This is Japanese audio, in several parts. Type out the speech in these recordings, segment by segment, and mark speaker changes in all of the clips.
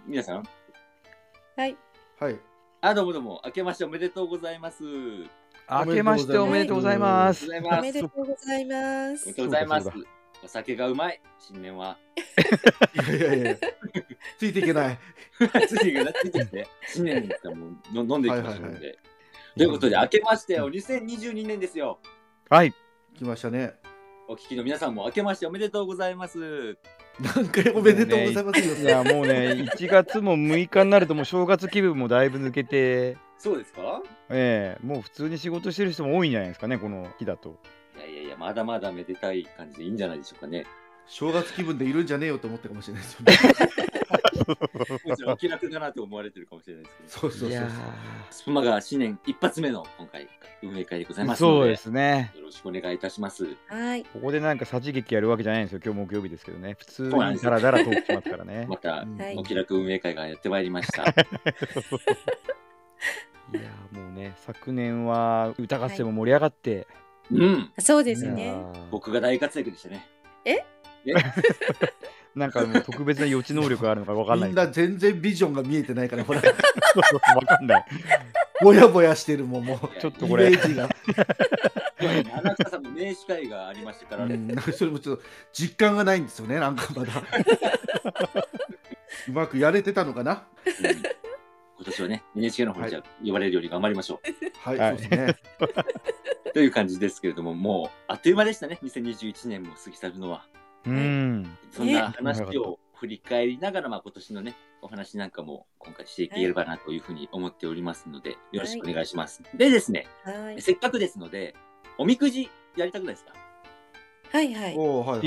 Speaker 1: 皆さん。
Speaker 2: はい。
Speaker 3: はい。
Speaker 1: どうもどうも、明けましておめでとうございます。
Speaker 4: 明けましておめでとうございます。
Speaker 2: おめでとうございます。
Speaker 1: おめでとうございます。お酒がうまい、新年は。
Speaker 3: いや、ついていけない。
Speaker 1: ついていけない、ついてきて。新年ですからもう飲んでいきましょうので。ということで、明けましてよ、2022年ですよ。
Speaker 4: はい。
Speaker 3: 来ましたね。
Speaker 1: お聞きの皆さんも明けましておめでとうございます。
Speaker 3: 何回おめでとうございますよ。
Speaker 4: いやもうね、1月も6日になるともう正月気分もだいぶ抜けて。
Speaker 1: そうですか？
Speaker 4: もう普通に仕事してる人も多いんじゃないですかね、この日だと。
Speaker 1: いや、まだまだめでたい感じでいいんじゃないでしょうかね。
Speaker 3: 正月気分でいるんじゃねえよと思ってるかもしれないですよね。
Speaker 1: もちろんお気楽だなと思われてるかもしれないですけど。
Speaker 3: そう。
Speaker 1: スプマが新年一発目の今回運営会でございますので、
Speaker 4: そうですね。
Speaker 1: よろしくお願いいたします。
Speaker 2: はい。
Speaker 4: ここでなんかさじ劇やるわけじゃないんですよ。今日木曜日ですけどね。普通にダラダラトークしますからね。
Speaker 1: またお気楽運営会がやってまいりました。い
Speaker 4: やもうね、昨年は歌合戦も盛り上がって、
Speaker 2: そうですね。
Speaker 1: 僕が大活躍でしたね。
Speaker 4: なんかもう特別な予知能力があるのか分かんない。
Speaker 3: みんな全然ビジョンが見えてないからほら
Speaker 4: 分かんない。
Speaker 3: ぼやぼやしてるもん、もう
Speaker 4: ちょっとこれ
Speaker 3: イメージが
Speaker 1: 荒川さんの名司会がありましたからね。
Speaker 3: それもちょっと実感がないんですよね、なんかまだうまくやれてたのかな。
Speaker 1: 今年はね NHK の方にじゃ呼ばれるように頑張りましょう。
Speaker 3: はい、そうですね。
Speaker 1: という感じですけれども、もうあっという間でしたね。2021年も過ぎ去るのは。そんな話を振り返りながら、今年のねお話なんかも今回していければなというふうに思っておりますので、よろしくお願いします。でですね、せっかくですのでおみくじやりたくないですか？
Speaker 2: はいはい。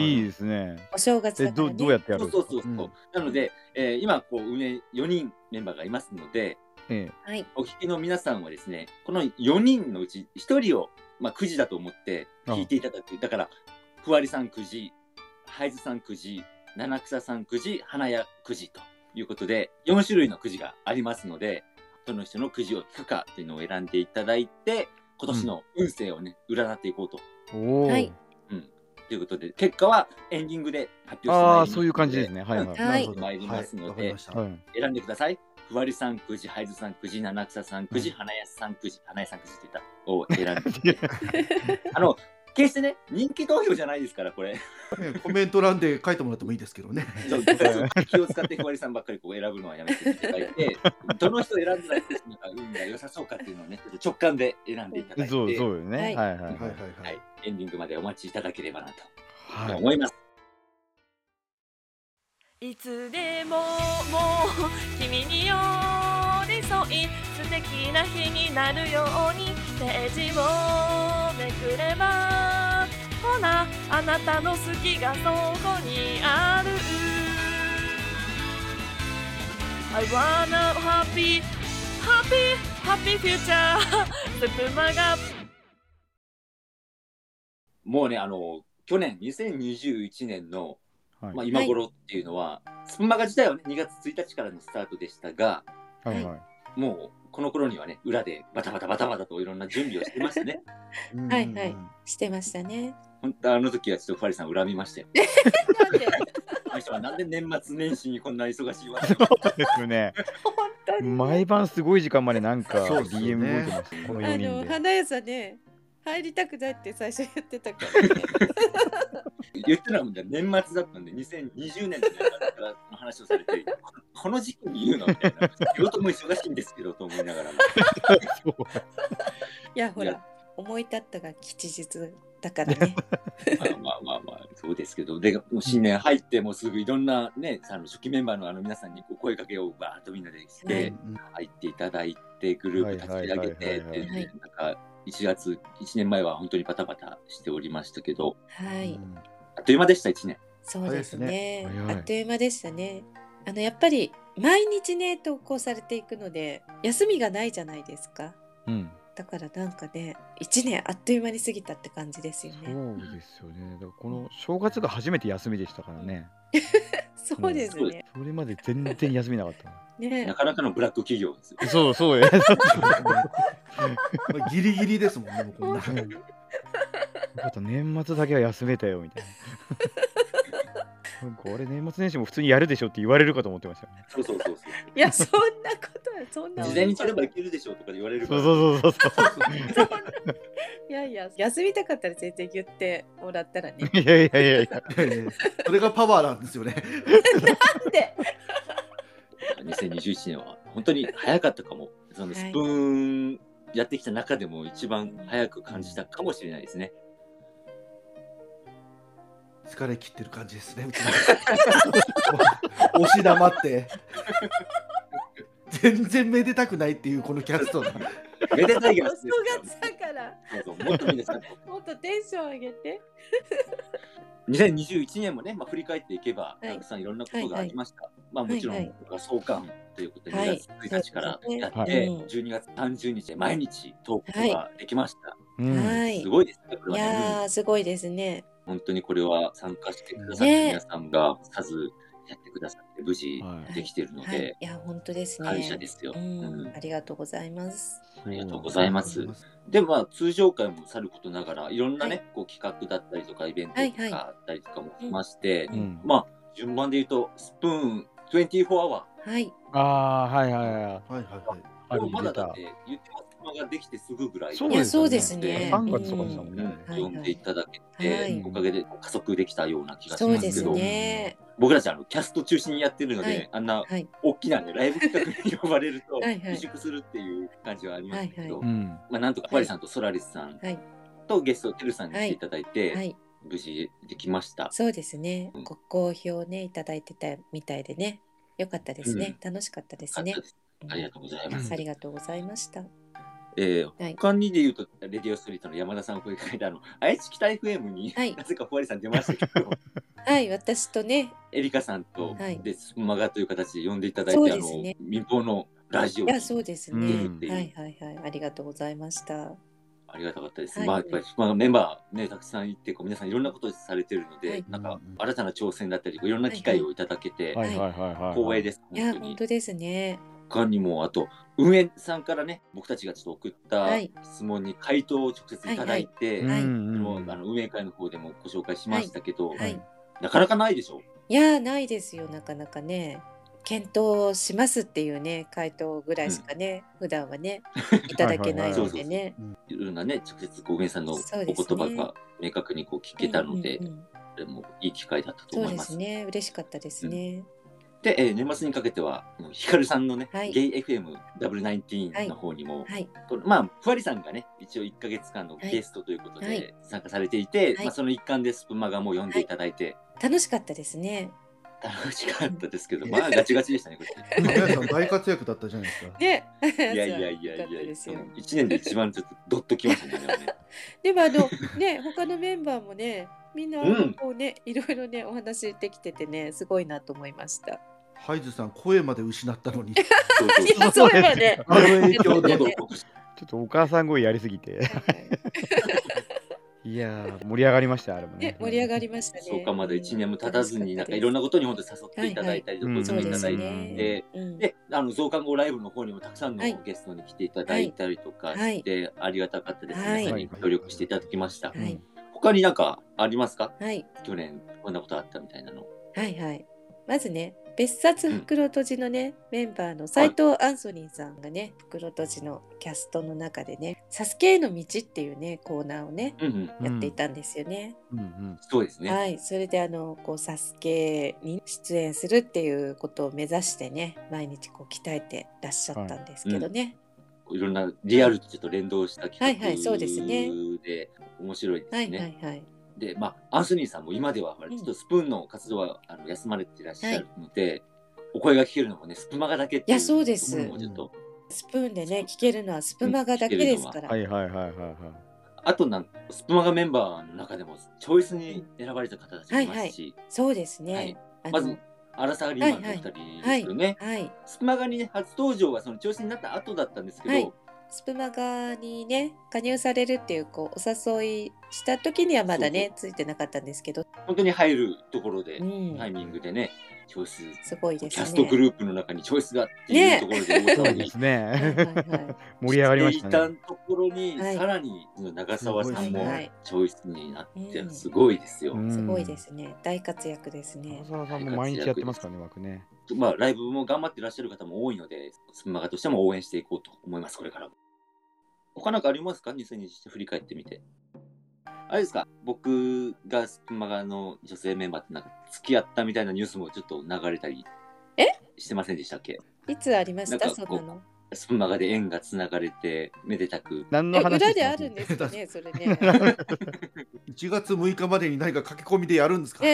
Speaker 4: いいですね。
Speaker 2: お正月だからね。
Speaker 4: どうやってやるんですか？
Speaker 1: そう。なので、今こう運営4人メンバーがいますので、お聞きの皆さんはですね、この4人のうち1人をくじだと思って引いていただく。だからふわりさんくじ、はいずさんくじ、七草さんくじ、花屋くじということで4種類のくじがありますので、どの人のくじを引くかっていうのを選んでいただいて、今年の運勢をね占っていこうと。
Speaker 2: はい。
Speaker 1: ということで結果はエンディングで発表してまいります。
Speaker 4: そういう感じですね。はい。
Speaker 1: 参りますので、選んでください。ふわりさんくじ、はいずさんくじ、七草さんくじ、花屋さんくじ、花屋さんくじって言ったを選んで決してね人気投票じゃないですから、これ
Speaker 3: コメント欄で書いてもらってもいいですけどね。
Speaker 1: 気を使ってふわりさんばっかりこう選ぶのはやめていただいて、どの人選んでない人なんか運が良さそうかっていうのをね直感で選んでいただいて、
Speaker 4: そうよね。はい。
Speaker 1: エンディングまでお待ちいただければなと思います。
Speaker 5: いつでももう君に寄り添い素敵な日になるようにページをめくれば、ほらあなたの好きがそこにある。 I wanna happy future スプマがもうね去年2021年の今頃っていうのは、スプマガ自体はね2月1日からのスタートでしたが、もうこの頃にはね裏でバタバタといろんな準備をしてましたね。
Speaker 2: はいしてましたね。
Speaker 1: 本当あの時はちょっとファリさん恨みましたよ。なんで年末年始にこんな忙しいわけ？
Speaker 4: そうですね。毎晩すごい時間までなんか DM 動いてました。この4人で。
Speaker 2: 花屋さんね入りたくないって最初言ってたからね。
Speaker 1: 言ってたもんね、年末だったんで2020年の話をされて、この時期に言うのみたいな。仕事も忙しいんですけどと思いながらも。
Speaker 2: いやほら思い立ったが吉日だからね。
Speaker 1: まあそうですけど、でもう新年入ってもうすぐいろんなね初期メンバーの皆さんに声かけをバーッとみんなでして、入っていただいてグループ立ち上げてってなんか1月1年前は本当にバタバタしておりましたけど、あっという間でした1年。
Speaker 2: そうですね。あっという間でしたね。やっぱり毎日ね投稿されていくので休みがないじゃないですか。だからなんかね1年あっという間に過ぎたって感じですよね。
Speaker 4: そうですよね。だからこの正月が初めて休みでしたからね。
Speaker 2: そうですね。
Speaker 4: それまで全然休みなかった。
Speaker 1: なかなかのブラック企業です
Speaker 4: よ。そうよ。
Speaker 3: ギリギリですもんね。もうこんな。
Speaker 4: 年末だけは休めたよみたいな。 俺年末年始も普通にやるでしょって言われるかと思ってましたよね。
Speaker 1: そうそうそうそう。
Speaker 2: いや、そんなことは、そんな。
Speaker 1: 事前に取ればいけるでしょとか言われるから。
Speaker 4: そう。
Speaker 2: いやいや、休みたかったら全然言ってもらったらね。
Speaker 4: いや。
Speaker 3: それがパワーなんですよね。
Speaker 2: なんで
Speaker 1: 2021年は本当に早かったかも。そのスプーンやってきた中でも一番早く感じたかもしれないですね。
Speaker 3: 疲れ切ってる感じですね。押し黙って全然めでたくないっていうこのキャストが
Speaker 1: めでたいキャ
Speaker 2: ストです。お正月だから。
Speaker 1: もっと皆さん
Speaker 2: もっとテンション上げて。
Speaker 1: 2021年もね、振り返っていけば、たくさんいろんなことがありました。もちろん、創刊ということで、2月1日からやって、12月30日で毎日投稿ができました。すごいですね、これはね。
Speaker 2: いやー、すごいですね。
Speaker 1: 本当にこれは参加してくださって皆さんが数やってくださって無事できているので、
Speaker 2: いや本当ですね。
Speaker 1: 感謝ですよ。
Speaker 2: ありがとうございます。
Speaker 1: ありがとうございます。で通常回もさることながらいろんなね、こう企画だったりとかイベントとかあったりとかもしまして、順番で言うとスプーン24アワー。
Speaker 2: はい。
Speaker 1: まだだって言ってます。ができてすぐぐらい。
Speaker 2: そうですね。
Speaker 4: 3月とかでしたもんね。
Speaker 1: 呼んでいただけて、おかげで加速できたような気がしますけど、僕たちキャスト中心にやってるので、あんな大きなライブ企画に呼ばれると萎縮するっていう感じはありますけど、なんとかパリさんとソラリスさんとゲストテルさんに来ていただいて、無事できました。
Speaker 2: そうですね。ご好評ねいただいてたみたいでね、よかったですね。楽しかったですね。
Speaker 1: ありがとうございます。
Speaker 2: ありがとうございました。
Speaker 1: 他にで言うと、レディオストリートの山田さんを声かけた愛知北 FM に、なぜかふわりさん出ましたけど、
Speaker 2: はい、私とね、
Speaker 1: エリカさんと、で、スプマガという形で呼んでいただいて、民放のラジオに。
Speaker 2: そうですね。ありがとうございました。
Speaker 1: ありがたかったです。やっぱりメンバーね、たくさんいて、皆さんいろんなことをされてるので、なんか新たな挑戦だったり、いろんな機会をいただけて、光栄です。
Speaker 2: いや、本当ですね。
Speaker 1: 他にもあと運営さんからね、僕たちがちょっと送った質問に回答を直接いただいて、運営会の方でもご紹介しましたけど、なかなかないでしょ。
Speaker 2: いやないですよ、なかなかね。検討しますっていうね回答ぐらいしかね、普段はねいただけないのでね。
Speaker 1: いろんなね直接運営さんのお言葉が明確に聞けたので、でもいい機会だったと思います。
Speaker 2: そうですね、嬉しかったですね。
Speaker 1: で、年末にかけてはヒカルさんのね、ゲイ FM W19 の方にも、ふわりさんがね一応1ヶ月間のゲストということで参加されていて、その一環でスプマガも読んでいただいて、
Speaker 2: 楽しかったですね。
Speaker 1: 楽しかったですけど、ガチガチでしたね、これ。
Speaker 3: 皆さん大活躍だったじゃないですか。
Speaker 2: ね、
Speaker 1: いや、1年で一番ちょっとドッときましたね。
Speaker 2: でもね、他のメンバーもね、みんなこうね、いろいろね、お話できててね、すごいなと思いました。
Speaker 3: ハイズさん、声まで失ったのに。
Speaker 2: そういえばね、
Speaker 3: あの影響で。
Speaker 4: ちょっとお母さん声やりすぎて。いや盛り上がりました、あれもね。
Speaker 2: 盛り上がりましたね。
Speaker 1: そうか、まだ1年も経たずに、なんかいろんなことに本当誘っていただいたりとかしていただいて、で、増刊号ライブの方にもたくさんのゲストに来ていただいたりとかして、ありがたかったですね。皆さんに協力していただきました。他になんかありますか？去年こんなことあったみたいなの。
Speaker 2: まずね、別冊袋閉じのね、メンバーの斉藤アンソニーさんがね、袋閉じのキャストの中でね、サスケへの道っていうね、コーナーをね、やっていたんですよね。
Speaker 1: そうですね。
Speaker 2: それでサスケに出演するっていうことを目指してね、毎日鍛えてらっしゃったんですけどね。
Speaker 1: いろんなリアルとちょっと連動した企画で面白いですね。で、アンソニーさんも今ではちょっとスプーンの活動は休まれていらっしゃるので、お声が聞けるのもね、スプマガだけっていう。
Speaker 2: そうです。スプーンでね、聞けるのはスプマガだけですから。
Speaker 1: あとスプマガメンバーの中でもチョイスに選ばれた方たちもいますし。
Speaker 2: そうですね。
Speaker 1: まずアラサーリーマンの2人ですよね。スプマガにね、初登場はそのチョイスになった後だったんですけど、
Speaker 2: スプマガにね加入されるっていうお誘いした時にはまだねついてなかったんですけど、
Speaker 1: 本当に入るところでタイミングでねチョイス、
Speaker 2: すごいですね。
Speaker 1: キャストグループの中にチョイスがっていうところで大騒ぎ
Speaker 4: ですね。盛り上がりましたね。
Speaker 1: していたところに、さらに長澤さんもチョイスになってすごいですよ。
Speaker 2: すごいですね。大活躍ですね。
Speaker 4: 長澤さんも毎日やってますからね、枠ね。
Speaker 1: まあライブも頑張ってらっしゃる方も多いので、スプマガとしても応援していこうと思います、これから。他なんかありますか ?2020 振り返ってみて。あれですか、僕がスプマガの女性メンバーってなんか付き合ったみたいなニュースもちょっと流れたりしてませんでしたっけ？
Speaker 2: いつありましたそんなの？
Speaker 1: スプマガで縁がつながれてめでたく。
Speaker 4: 何の話
Speaker 2: 裏であるんですかね、それね。
Speaker 3: 1月6日までに何か書き込みでやるんですか？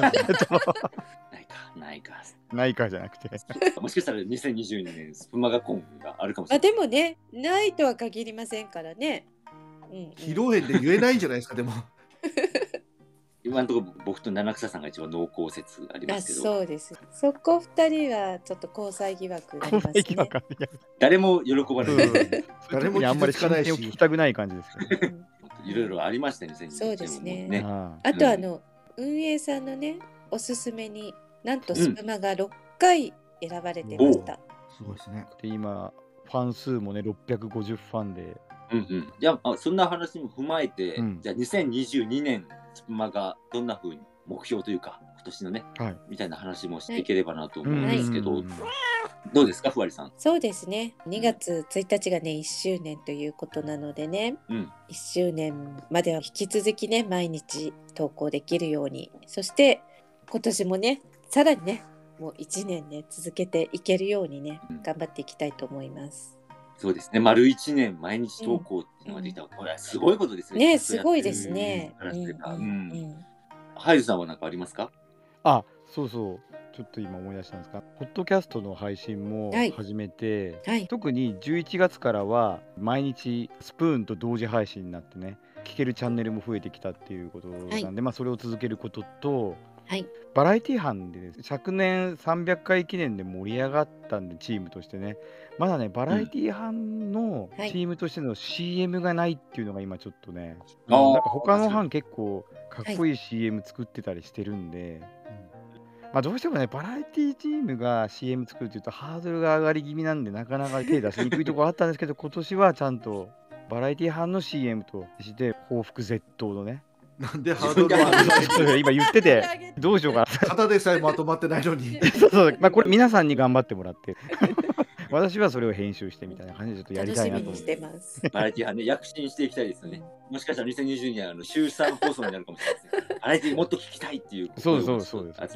Speaker 4: ないかじゃなくて。
Speaker 1: もしかしたら2022年スプマガコンがあるかもしれない。
Speaker 2: でもね、ないとは限りませんからね。
Speaker 3: 披露宴で言えないんじゃないですか、でも。
Speaker 1: 今のところ僕と七草さんが一番濃厚説ありますけど。
Speaker 2: そうです。そこ2人はちょっと交際疑惑ありますね。
Speaker 1: 誰も喜ばない。
Speaker 3: 誰も
Speaker 4: あんまり進展を聞きたくない感じですけど。
Speaker 1: いろいろありましたね、2020年。
Speaker 2: そうですね。あと運営さんのね、おすすめになんとスプマが6回選ばれてました。
Speaker 3: すごいですね。
Speaker 4: で今ファン数もね650ファンで。
Speaker 1: じゃあそんな話も踏まえて、じゃあ2022年スプマがどんな風に目標というか今年のね、みたいな話もしていければなと思うんですけど、どうですかふわりさん。
Speaker 2: そうですね、2月1日がね1周年ということなのでね、1周年までは引き続きね毎日投稿できるように、そして今年もねさらにねもう1年ね続けていけるようにね、頑張っていきたいと思います。
Speaker 1: そうですね、丸1年毎日投稿っていうのができたら、これはすごいことですね。
Speaker 2: ね、すごいですね。
Speaker 1: ハイズさんは何かありますか？
Speaker 4: そうそう、ちょっと今思い出したんですが、ポッドキャストの配信も始めて、特に11月からは毎日スプーンと同時配信になってね、聞けるチャンネルも増えてきたっていうことなんで、それを続けることと、バラエティ班で、昨年300回記念で盛り上がったんで、チームとしてね、まだねバラエティ班のチームとしての CM がないっていうのが今ちょっとね、なんか他の班結構かっこいい CM 作ってたりしてるんで、どうしてもねバラエティチームが CM 作るっていうとハードルが上がり気味なんで、なかなか手出しにくいところあったんですけど、今年はちゃんとバラエティ班の CM として報復絶倒のね。
Speaker 3: なんでハードルが上がる
Speaker 4: 今言っててどうしようかな。
Speaker 3: ただでさえまとまってないのに。
Speaker 4: これ皆さんに頑張ってもらって私はそれを編集してみたいな感じでちょっとやりたいなと思って。
Speaker 1: バラエティ班ね、躍進していきたいですよね。もしかしたら2022年は週3放送になるかもしれないですね。バラエティもっと聞きたいっていう。
Speaker 4: そうです。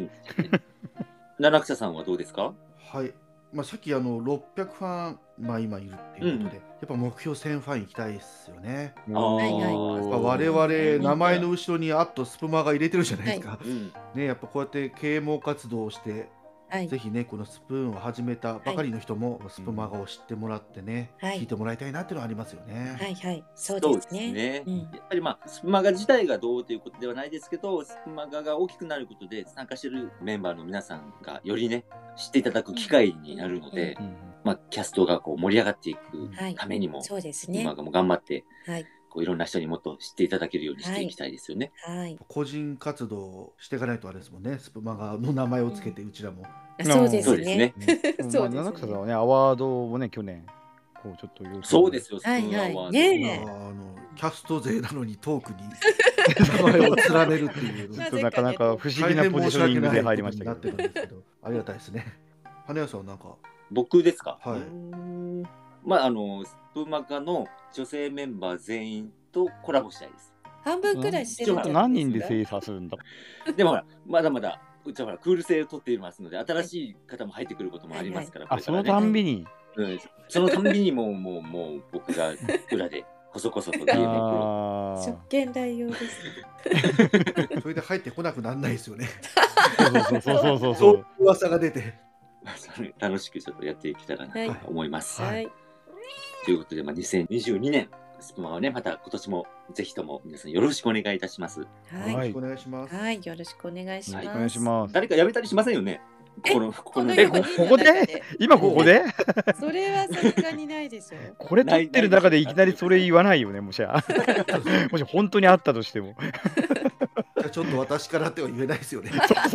Speaker 1: 七草さんはどうですか？
Speaker 3: はい。さっき600ファン、今いるっていうことで、やっぱ目標1000ファン行きたいですよね。我々名前の後ろにスプマが入れてるじゃないですか。ね、やっぱこうやって啓蒙活動をして、ぜひねこのスプーンを始めたばかりの人もスプマガを知ってもらってね、聞いてもらいたいなっていうのはありますよね。
Speaker 2: そうですね。
Speaker 1: やっぱりスプマガ自体がどうということではないですけど、スプマガが大きくなることで参加しているメンバーの皆さんがよりね知っていただく機会になるので、キャストがこう盛り上がっていくためにも、スプマガも頑張っていろんな人にもっと知っていただけるようにしていきたいですよね。
Speaker 3: 個人活動をしていかないとあれですもんね、スプマガの名前をつけてうちらも。
Speaker 2: そうですね。
Speaker 4: 七草さんはねアワードをね去年こうちょっと
Speaker 1: そうですよ。キ
Speaker 3: ャスト勢なのにトークに名前を連ねるっていう
Speaker 4: なかなか不思議なポジショニングで入りましたけど、
Speaker 3: ありがたいですね。羽谷さんなんか。
Speaker 1: 僕ですか？
Speaker 3: はい。
Speaker 1: スプマガの女性メンバー全員とコラボしたいです。
Speaker 2: 半分くらいしてる。
Speaker 4: 何人で精査するんだ。
Speaker 1: でもまだまだうちはクール性を取っていますので、新しい方も入ってくることもありますから。
Speaker 4: そのたんびに。
Speaker 1: そのたんびにもう僕が裏でこそこそと DM
Speaker 2: を。職権乱用ですね。
Speaker 3: それで入ってこなくならないですよね。
Speaker 4: そう
Speaker 3: 噂が出て。
Speaker 1: 楽しくちょっとやっていけたらなと思います。ということで、2022年スプマはね、また今年もぜひとも皆さんよろしくお願いいたします。
Speaker 3: よろしくお願いします。
Speaker 2: よろしくお願いします。
Speaker 1: 誰か辞めたりしませんよね。
Speaker 2: こ
Speaker 4: こで今ここで
Speaker 2: それはさすがにないでしょ。
Speaker 4: これ撮ってる中でいきなりそれ言わないよね、もし本当にあったとしても。
Speaker 3: じゃあちょっと私からっては言えないですよね。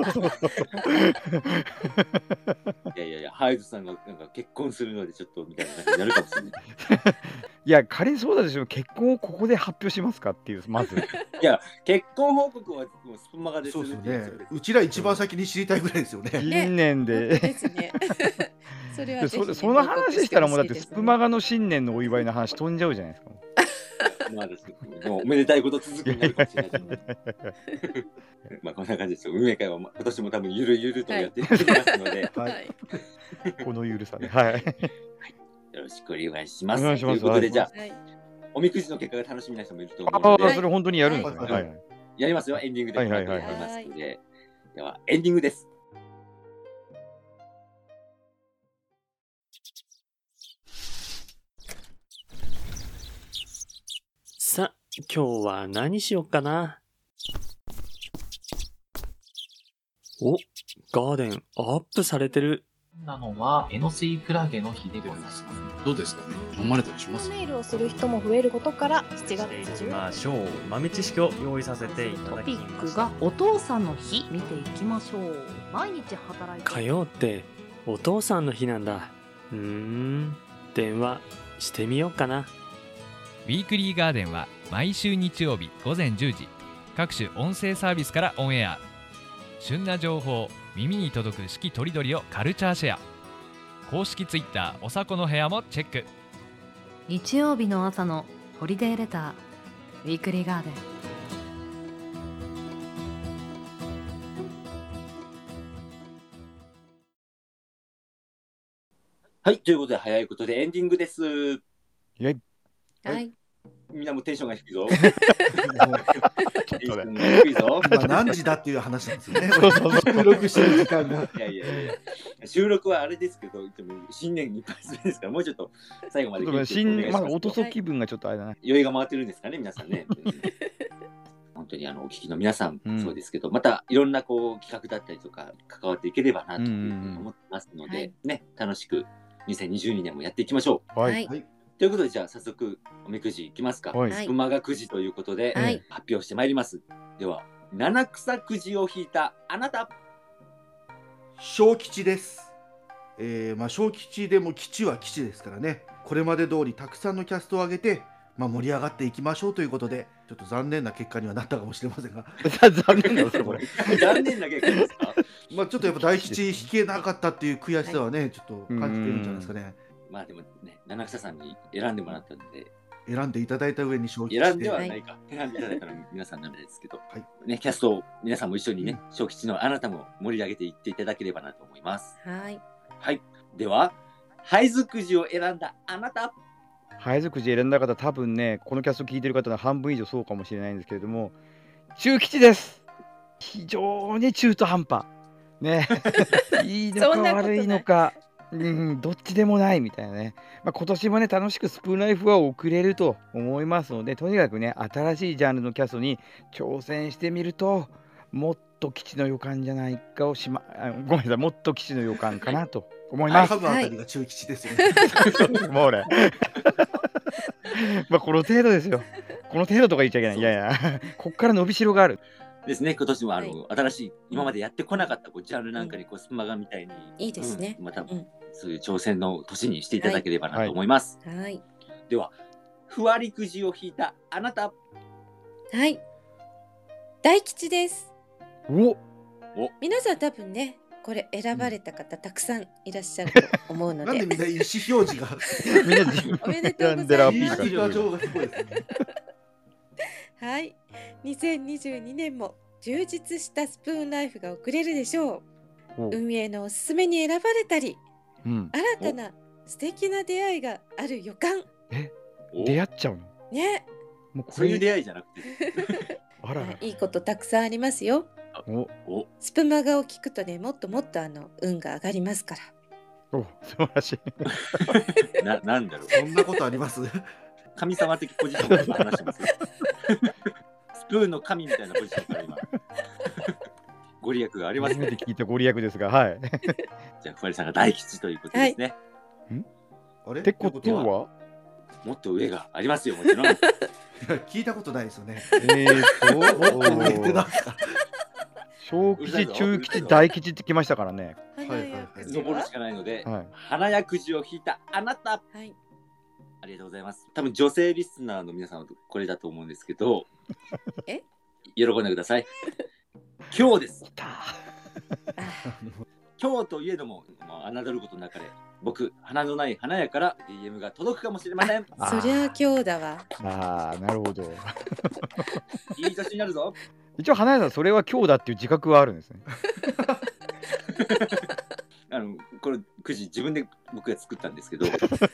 Speaker 1: いや、ハイズさんがなんか結婚するのでちょっとみたいな感じになるかもしれない。
Speaker 4: いや、仮にそうだでしょ、結婚をここで発表しますかっていう、まず。
Speaker 1: いや、結婚報告はもうスプマガでするっていう。
Speaker 3: うちら一番先に知りたいぐらいですよね。
Speaker 4: 新年で。
Speaker 2: ですね。それは
Speaker 4: その話したらもうだってスプマガの新年のお祝いの話飛んじゃうじゃないですか。
Speaker 1: まあですけど、でもおめでたいこと続くになるかもしれない。まあこんな感じですよ。運営会は今年も多分ゆるゆるとやっていきますので、
Speaker 2: はい。
Speaker 4: このゆるさで、はい。
Speaker 1: よろしくお願いします。
Speaker 4: お願いします。
Speaker 1: ということで、じゃあ、おみくじの結果が楽しみな人もいると思うので、
Speaker 4: それ本当にやるんですね。
Speaker 1: やりますよ、エンディングでやりますので。では、エンディングです。
Speaker 6: さあ、今日は何しよっかな。お、ガーデンアップされてる。
Speaker 7: なのはエノスイクラゲの日でございます。
Speaker 8: どうですかね。飲まれたりします？
Speaker 9: メールをする人も増えることから7月
Speaker 6: 行きましょう。豆知識を用意させていただきました。
Speaker 10: トピックがお父さんの日見ていきましょう。毎日働いて
Speaker 6: 火曜ってお父さんの日なんだ。電話してみようかな。
Speaker 11: ウィークリーガーデンは毎週日曜日午前10時各種音声サービスからオンエア。旬な情報、耳に届く四季とりどりをカルチャーシェア。公式ツイッターおさこの部屋もチェック。
Speaker 10: 日曜日の朝のホリデーレターウィークリーガーデン。
Speaker 1: はい、ということで早いことでエンディングです。
Speaker 2: はい。
Speaker 1: みんなもテンションが低いぞ。
Speaker 3: 今何時だっていう話なんですよね。収録してる時間が。
Speaker 1: いや、収録はあれですけど、新年に一発目ですから、もうちょっと最後まで。
Speaker 4: まだ落とそう気分がちょっとあれだな。
Speaker 1: 酔いが回ってるんですかね、皆さんね。本当にお聞きの皆さんそうですけど、またいろんなこう企画だったりとか関わっていければなと思ってますので、ね、楽しく2022年もやっていきましょう。
Speaker 2: はい。
Speaker 1: ということで、じゃあ早速おみくじいきますか。スプマガくじということで、発表してまいります。では、七草くじを引いたあなた。
Speaker 3: 小吉です。小吉でも吉は吉ですからね。これまで通りたくさんのキャストを挙げて、盛り上がっていきましょうということで、ちょっと残念な結果にはなったかもしれませんが。
Speaker 4: 残念なんですかこれ。
Speaker 1: 残念な結果ですか。
Speaker 3: ちょっとやっぱ大吉引けなかったっていう悔しさはね、ちょっと感じてるんじゃないですかね。
Speaker 1: まあでもね、七草さんに選んでもらったので、
Speaker 3: 選んでいただいた上に小吉
Speaker 1: 選んではないか、選んでいただいたのは皆さんなんですけど、ね、キャストを皆さんも一緒にね、小吉のあなたも盛り上げていっていただければなと思います。
Speaker 2: はい。
Speaker 1: では、ハイズくじを選んだあなた。
Speaker 4: ハイズくじ選んだ方、多分ね、このキャスト聞いてる方の半分以上そうかもしれないんですけれども、中吉です。非常に中途半端。ね、いいのか悪いのか。どっちでもないみたいなね。今年もね、楽しくスプーンライフは送れると思いますので、とにかくね、新しいジャンルのキャストに挑戦してみると、もっと吉の予感じゃないかをごめんなさい、もっと吉の予感かなと思います。
Speaker 3: 多分あたりが中吉ですよね。
Speaker 4: もうね。この程度ですよ。この程度とか言っちゃいけない。いや、こっから伸びしろがある。
Speaker 1: ですね、今年も新しい今までやってこなかったジャンルなんかにスプマガみたいに
Speaker 2: いいですね。
Speaker 1: またそういう挑戦の年にしていただければなと思います。では、ふわりくじを引いたあなた。
Speaker 2: はい。大吉です。皆さん多分ね、これ選ばれた方たくさんいらっしゃると思うので。
Speaker 3: なんでみんな意思表示が
Speaker 2: みんなおめでとうございます。はい。2022年も充実したスプーンライフが送れるでしょう。運営のおすすめに選ばれたり、新たな素敵な出会いがある予感。
Speaker 4: 出会っちゃうの
Speaker 2: ね。
Speaker 1: もうそういう出会いじゃなくて
Speaker 2: いいことたくさんありますよ。スプマガを聞くとね、もっともっと運が上がりますから。
Speaker 4: 素晴らし
Speaker 1: い。なんだろう。
Speaker 3: そんなことあります？
Speaker 1: 神様的ポジションから話してます。スプーンの神みたいなポジションから今ご利益がありますね。
Speaker 4: 初めて聞いたご利益ですが、はい。
Speaker 1: じゃあふわりさんが大吉ということですね。
Speaker 4: あれってことは
Speaker 1: もっと上がありますよ、もちろん。
Speaker 3: 聞いたことないですよね。
Speaker 4: 小吉、中吉、大吉ってきましたからね。
Speaker 1: 登るしかないので、花やくじを引いたあなた、ありがとうございます。多分女性リスナーの皆さんはこれだと思うんですけど、喜んでください。今日です。今日といえども、侮ることなかれ、僕、花のない花屋から DM が届くかもしれません。
Speaker 2: そりゃ今日だわ。
Speaker 4: なるほど。
Speaker 1: いい年になるぞ。
Speaker 4: 一応花屋さん、それは今日だっていう自覚はあるんですね。
Speaker 1: これくじ自分で僕が作ったんですけど、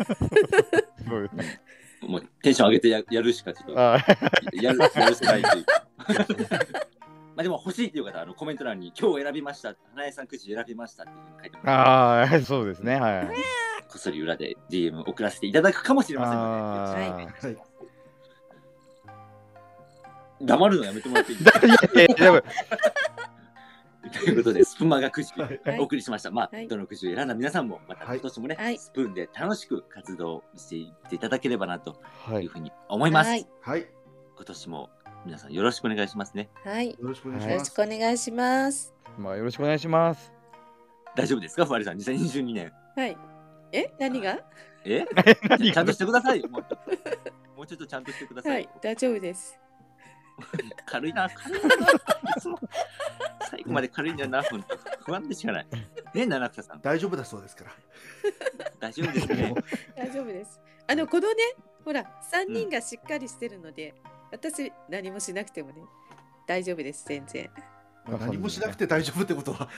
Speaker 1: もうテンション上げて やるしかちょっとやるせないというか。まあでも欲しいという方はコメント欄に今日選びました、花屋さんくじ選びましたっていうふうに書いてもらって、
Speaker 4: そうですね、はい。
Speaker 1: こっそり裏で DM 送らせていただくかもしれませんので、黙るのやめてもらっていいですか。ということで、スプマがくじお送りしました。どのくじを選んだ皆さんも、また今年もね、スプーンで楽しく活動していっていただければなというふうに思います。今年も皆さんよろしくお願いしますね。
Speaker 2: よろしくお願いします。
Speaker 4: よろしくお願いします。
Speaker 1: 大丈夫ですか、ふわりさん、2022年。
Speaker 2: 何が？
Speaker 1: ちゃんとしてください。もうちょっとちゃんとしてください。
Speaker 2: 大丈夫です。
Speaker 1: 軽いな。最後まで軽いんだよな、本当。不安でしかない。ね、七草さん。
Speaker 3: 大丈夫だそうですから。
Speaker 1: 大丈夫ですね。
Speaker 2: 大丈夫です。このね、ほら、3人がしっかりしてるので、私何もしなくてもね、大丈夫です、全然。
Speaker 3: 何もしなくて大丈夫ってことは。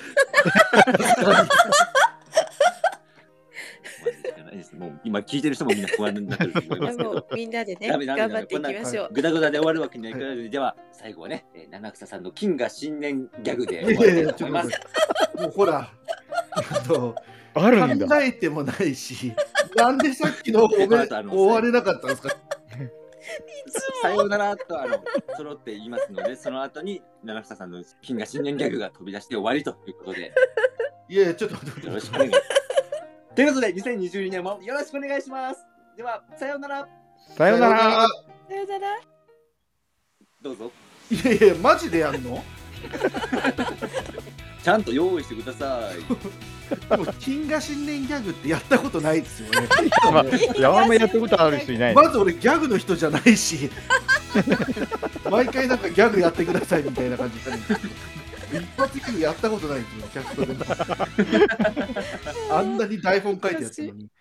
Speaker 1: もう今聞いてる人もみんな不安になってると思いますけど、
Speaker 2: みんなでね、頑張っていきましょう。
Speaker 1: ぐだぐだで終わるわけにはいかないので、では最後はね、七草さんの金が新年ギャグで終わりたいと思います。
Speaker 3: もうほら、
Speaker 4: あるんだ。
Speaker 3: 考えてもないし、なんでさっきの終われなかったんですか。
Speaker 1: さようならと揃って言いますので、その後に七草さんの金が新年ギャグが飛び出して終わりということで、
Speaker 3: いやちょっと待って、
Speaker 1: よろしくお願いします。ということで、2022年もよろしくお願いします。では、さようなら。
Speaker 4: さようなら。
Speaker 2: さようなら。
Speaker 1: どうぞ。
Speaker 3: いや、マジでやんの？
Speaker 1: ちゃんと用意してください。
Speaker 3: もう金が新年ギャグってやったことないですよね。
Speaker 4: あんまやったことある人いない。
Speaker 3: まず俺ギャグの人じゃないし、毎回なんかギャグやってくださいみたいな感じで。一発ギャグやったことないんですよ、キャストで。あんなに台本書いてやってるのに。